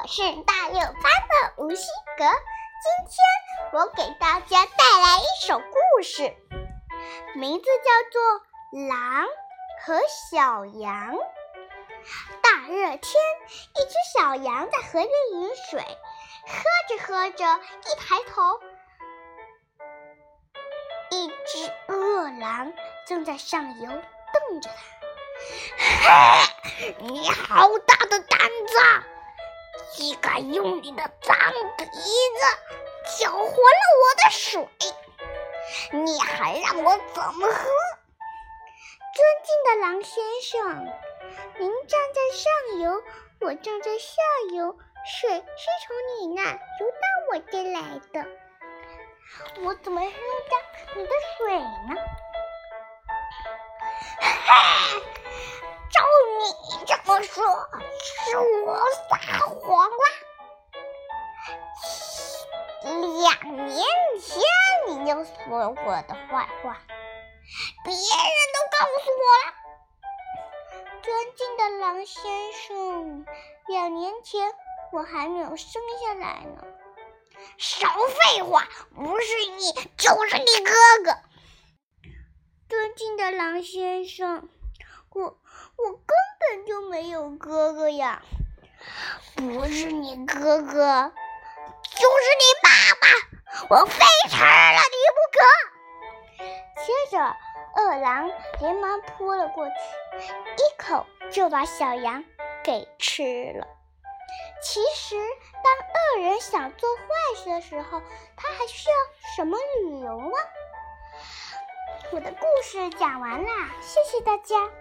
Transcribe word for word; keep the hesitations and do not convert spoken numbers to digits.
是大有班的吴西格，今天我给大家带来一首故事，名字叫做《狼和小羊》。大热天，一只小羊在河边饮水，喝着喝着，一抬头，一只饿狼正在上游瞪着它。你好大的胆子，竟敢用你的脏鼻子搅浑了我的水，你还让我怎么喝？尊敬的狼先生，您站在上游，我站在下游，水是从你那游到我这来的，我怎么喝到你的水呢？照你这么说，是我撒谎了。两年前你就说我的坏话，别人都告诉我了。尊敬的狼先生，两年前我还没有生下来呢。少废话，不是你就是你哥哥。尊敬的狼先生，我我根本就没有哥哥呀。不是你哥哥，就是你爸爸，我非吃了你不可。接着饿狼连忙扑了过去，一口就把小羊给吃了。其实当恶人想做坏事的时候，他还需要什么理由啊？我的故事讲完啦，谢谢大家。